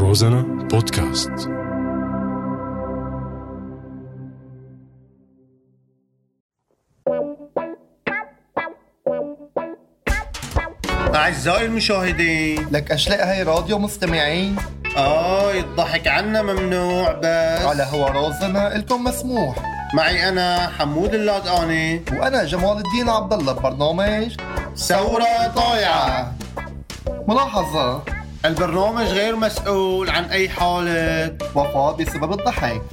روزانا بودكاست. أعزائي المشاهدين، لك أشلاء هاي راديو مستمعين. الضحك عنا ممنوع، بس على هوا روزانا إلكم مسموح. معي أنا حمود اللادقاني وأنا جمال الدين عبد الله ببرنامج ثورة طايعة. ملاحظة: البرنامج غير مسؤول عن أي حالة وفاة بسبب الضحك.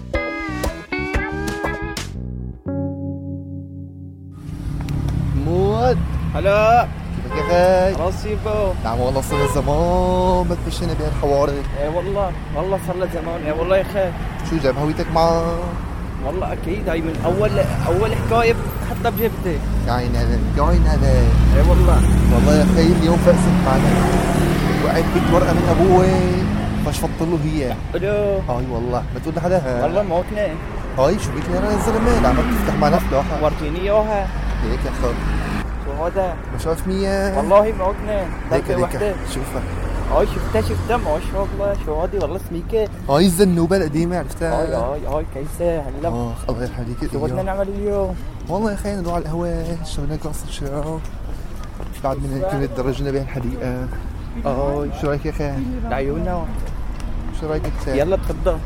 مود هلا كيفك يا خي؟ رصيبه. نعم والله صار زمان ما تفشينا بهالحوارات. اي والله صار له زمان. اي والله يا خي. شو جاب هويتك معك؟ والله اكيد هاي من اول حكايه حطها بجيبتي. كاين هذا. اي والله يا خي اليوم فقست معنا، وقعت بيت ورقه من ابوي فشفطت له هي. الو. هاي والله ما تقول لحدا. والله موتنا. هاي شو بك يا زلمه؟ عم تفتح معنا فلاحه. ورجيني اياها. هيك يا اخي شو هذا؟ ما شاف مية. والله موتنا. هيك شوفها. هاي شفتها ما شاء الله. شو هذه والله سميكه. هاي الزنوبه القديمه عرفتها. هاي كيسه هلا. الله يرحمك. شو بدنا نعمل اليوم؟ والله يا اخي نروح على القهوه شربنا كاس شاي بعد من هيك تدرجنا بهالحديقه. شو رايك يا اخي؟ لعيوننا. شو رايك انت؟ يلا تفضل.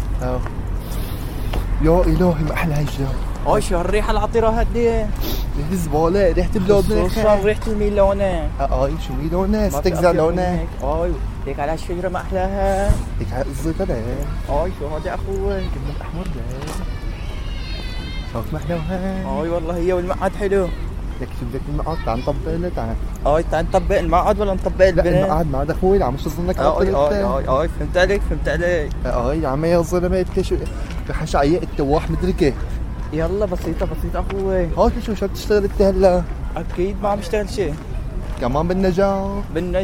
يا الهي ما احلى هالجو. هاي شو هالريحه العطيره هدي؟ ريحه الزباله، ريحه بلادنا. خصوصا ريحه الميلونه. شو ميلونه؟ استكزا لونه. هيك على الشجره ما احلاها. هيك على الزيت هذا. شو هذا اخوي؟ كنا الاحمر ده. شوف ما حلوها. والله هي والمقعد حلو. لك شو بدك المقعد؟ تعال نطبق تعال. تعال نطبق المقعد ولا نطبق البنات؟ لا المقعد معد اخوي، عم شو ظنك؟ فهمت عليك. يا عمي يا زلمه انت شو بحش عيق التواح مدري كيف. يلا بسيطه اخوي. هاي شو بتشتغل انت هلا؟ اكيد ما عم بشتغل شيء. كمان بالنجار.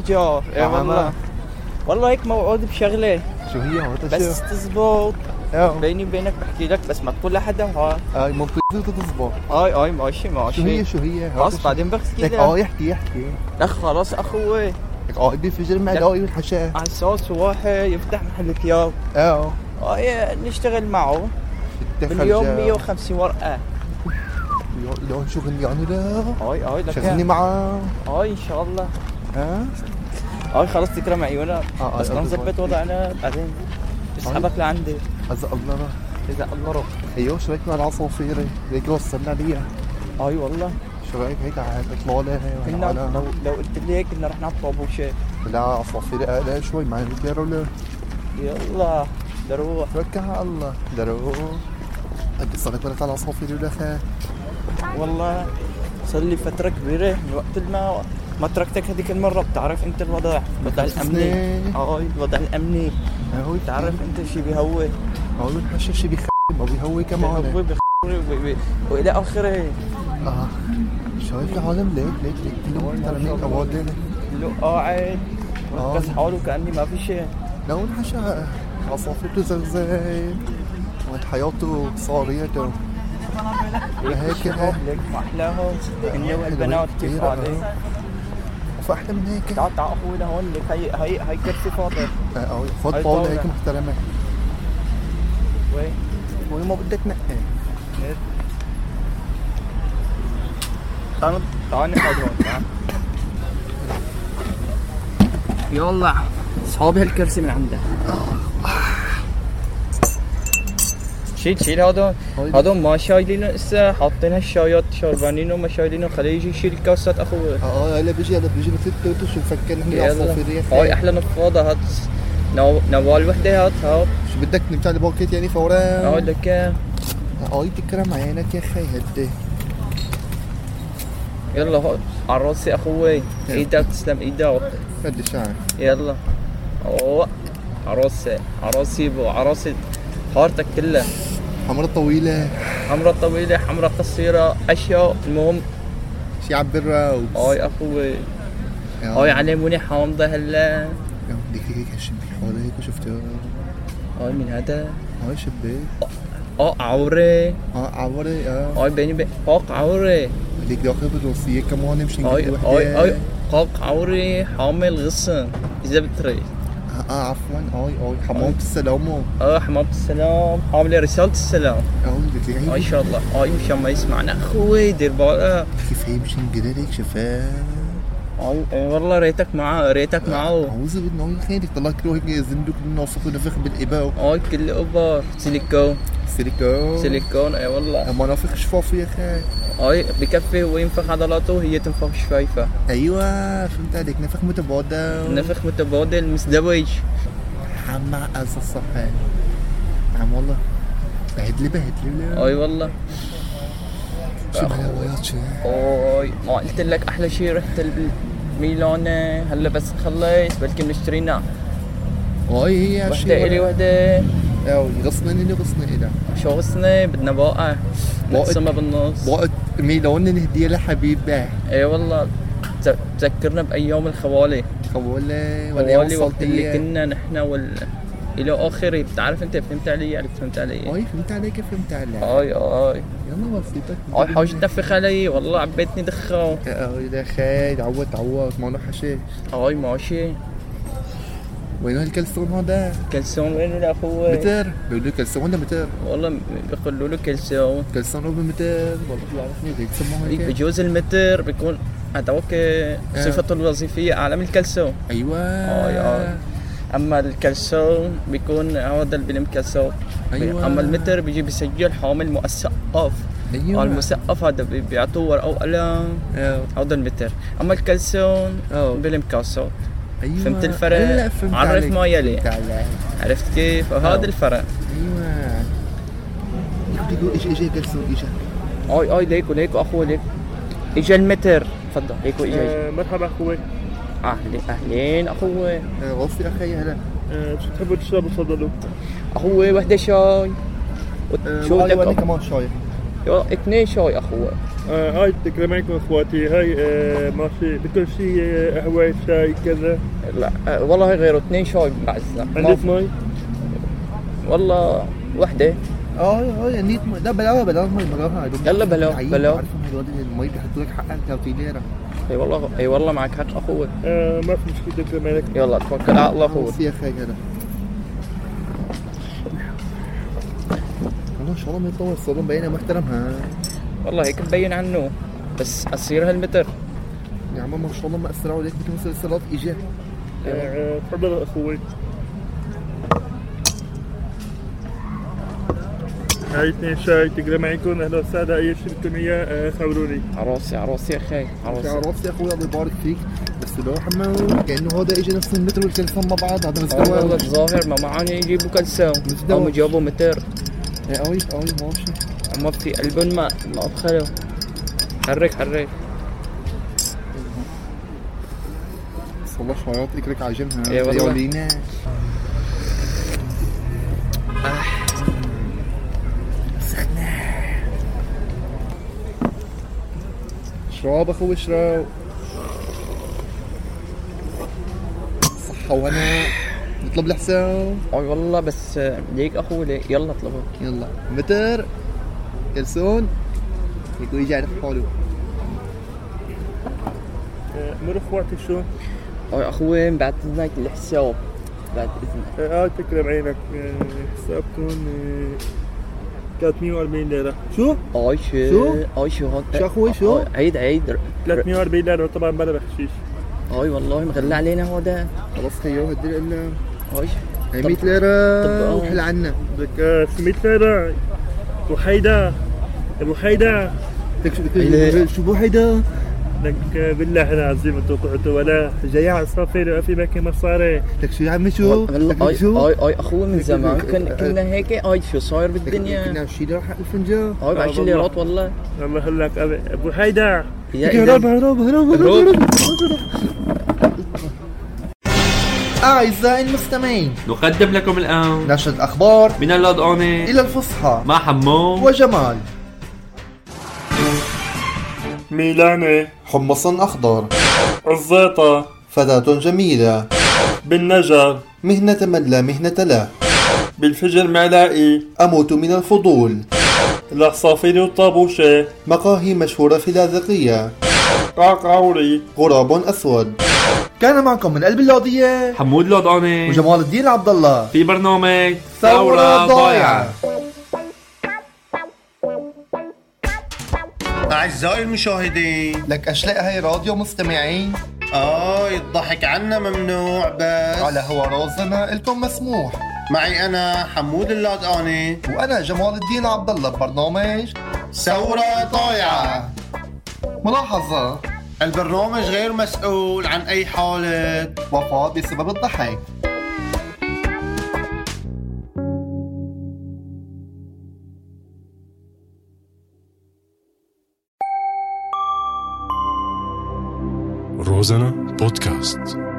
والله هيك موعود بشغله. شو هي هذا؟ بس تزبط بيني وبينك بحكي لك، بس ما تقول لحدا. مو تزبط. ماشي. شو هي خلاص بعدين بحكي لك. احكي لا خلاص اخوي. بيفجر المعلاوي والحشاه على اساس واحد يفتح محل ثياب. نشتغل معه باليوم 150 ورقه. لو شو غنياني لا. لك شغلني معاه. ان شاء الله. خلاص تكرم عيونك. بس نظبط وضعنا بعدين اسحبك لعندي. عز الله روح. شو رايك مع العصافير؟ هيك وصلنا ليها. والله شو رايك هيك على اطلاله؟ لو قلت لي هيك كنا رحنا على الطابوشه. لا عصافير اقل شوي ما يقدروا له. يلا دروح. توكل على الله. دروح. قد صار لك على العصافير ولا خير؟ والله صار لي فتره كبيره من وقت ما تركتك هذيك المره. بتعرف انت الوضع الامني. الوضع الامني. بتعرف انت شي بيهوي. والحشا شي بيخرب ما بيهوي كمان. بيهوي والى اخره. شايف العالم ليك كله محترمين اوادين. كله قاعد مركز حاله كاني ما في شيء. لا والحشا عصافير زغزغ وحياته صاريته هيك ما احلاهم. انه والبنات كيف قاعدين. فاحلى من هيك. تعال اخوي لهون لك. هي كرسي فاضي. فوت طاوله هيك محترمه. وين ما بدك نقي. تعال نقعد هون. يلا اصحابي هالكرسي من عنده. شيل هذول ما شايلينه هسه، حاطين هالشايات شربانينه وما شايلينه. خليه يجي يشيل الكاسات اخوي. هلا بيجي نفتت شو نفكر نحن عصافير. هاي احلى نفاضه. هات نوال وحده. هات شو بدك نفتح الباكيت يعني فورا؟ لك. تكرم عينك يا اخي هدي. يلا هون على راسي اخوي. ايدك تسلم ايدك. قد شعر. يلا على راسي على راسي حارتك كلها. حمرة طويلة حمرة قصيرة اشياء. المهم شي عبر راوس. اخوي. علموني حامضة هلا. بدك هيك هالشبك حوالي هيك شفته. من هذا. شبك. عوري. بيني عوري. بدك داخل بالروسية كمان مش نقول وحدة. قاق عوري حامل غصن إذا بتريد. عفوا. حمامة السلام. حمامة السلام حامله رسالة السلام. قلت لي ان شاء الله. مشان ما يسمعنا اخوي دير بالك. كيف هي مشان قدرك شفاه. والله ريتك معاه. اعوذ بالله من خيرك. طلع كله هيك زندوق نافخ ونفخ بالاباء. كل ابر سيليكون. والله اما نافخ شفافه يا اخي. بكفي وينفخ عضلاته وهي تنفخ شفايفه. ايوه فهمت عليك. نفخ متبادل مزدوج. حما اساس صحيح. نعم والله. بهدلي والله. شو بهوايات شو. ما قلت لك احلى شيء رحت ميلان هلا بس نخلص بلكي بنشترينا. هي وحده الي وحده. غصنا إلى شو غصنا بدنا باقة نقسمها بالنص. باقة ميلان نهديها لحبيبه. والله تذكرنا بايام الخوالي وقت اللي كنا نحن الى اخره. بتعرف انت فهمت علي. فهمت عليك. يلا بسيطك. حاجة تنفخ علي والله عبيتني دخان. يا خي عوض ما له حشيش. ماشي. وين هالكلسون هذا؟ كلسون وين يا اخوي؟ متر. بيقولوا له كلسون ولا متر؟ والله بيقولوا له كلسون وبمتر. والله بيعرفني هيك يسموها هيك. بجوز المتر بيكون هذاك صفته الوظيفية أعلى من الكلسون. أيوة. أما الكلسون بيكون هذا البلم كلسون. أما المتر بيجي بيسجل حامل مسقف. المسقف هذا بيعطوه ورقة وقلم. هذا المتر. أما الكلسون بلم كاسون. فهمت الفرق؟ عرف ما يلي. عرفت كيف؟ هذا الفرق. ايوه. اجى كلسون اجى. ليكو اخوي ليك. اجى المتر. تفضل ليكو اجى. مرحبا اخوي. اهلين اخوي. غصي اخي هلا. شو تحبوا تشربوا تفضلوا. اخوي وحده شاي. شو بدك كمان شاي؟ 2 شاي اخوي. هاي تكرم عليكم اخواتي. هاي ماشي بكل شيء قهوة شاي كذا. لا والله هاي غيره 2 شاي بعزنا. عندك مي؟ والله وحده. نيت مي. لا بلا مي مراها. يلا بلا. عارف هذول المي بيحطوا لك حقك 30 ليرة. اي والله معك حق اخوي. ما في مشكلة تكرم عليك. يلا توكل على الله اخوي. يا اخي هذا والله ان شاء الله ما يطول الصالون بينه محترم. والله هيك مبين عنه بس اصير هالمتر. يا عم ما شاء الله ما اسرعوا عليك مثل الصلاه اجى. تفضل اخوي. هاي 2 شاي تقرا معكم. اهلا وسهلا. اي شيء بدكم اياه خبروني. عروسي يا اخي. عروسي يا اخوي. الله يبارك فيك. بس لو حمو كانه هذا اجى نفس المتر والكلسون مع بعض. هذا مستوى. والله الظاهر ما معاني يجيبوا كلسون او جابوا متر. ماشي. ما في قلبهم ما بخلوا. حرك والله شويات اكلك عاجنها. يا والله. لينا سخنة. اشرب اخوي اشرب. صحة وانا نطلب الحساب. والله بس ليك اخوي ليك. يلا اطلبه. يلا متر كلسون يقول يجي على حاله. مر اخواتي شو؟ اخوي بعد اذنك الحساب بعد اذنك. تكرم عينك. حسابكم 340 ليرة. شو شو اخوي شو؟ عيد 340 ليرة طبعا بلا بخشيش. والله مغلى علينا هذا. خلاص خيو هدي لنا. هي 100 ليرة وحل عنا. بدك 100 ليرة. ابو حيدا شو بو حيدا؟ لك بالله العظيم انتوا قعدتوا ولا جاي على الصافي في باقي مصاري. لك شو يا عمي شو؟ اخوي من زمان كنا هيك. شو صاير بالدنيا؟ كنا نشيل راح الفنجان. 10 ليرات والله. والله هلك ابو حيدا. هرب. أعزائي المستمعين نقدم لكم الآن نشرة أخبار من اللادقانة إلى الفصحى مع حمو وجمال. ميلانة حمص أخضر. الزيطة فتاة جميلة. بالنجر مهنة من لا مهنة له. بالفجر معلائي أموت من الفضول. العصافير والطابوشة مقاهي مشهورة في لاذقية. قعقعوري غراب أسود. كان معكم من قلب اللوضية حمود لوضاني وجمال الدين عبد الله في برنامج ثورة ضايعة. أعزائي المشاهدين، لك أشلاء هاي راديو مستمعين، الضحك عنا ممنوع، بس على هوا رازنا إلكم مسموح. معي أنا حمود اللادقاني وأنا جمال الدين عبد الله ببرنامج ثورة ضايعة. ملاحظة: البرنامج غير مسؤول عن أي حالة وفاة بسبب الضحك. روزانا بودكاست.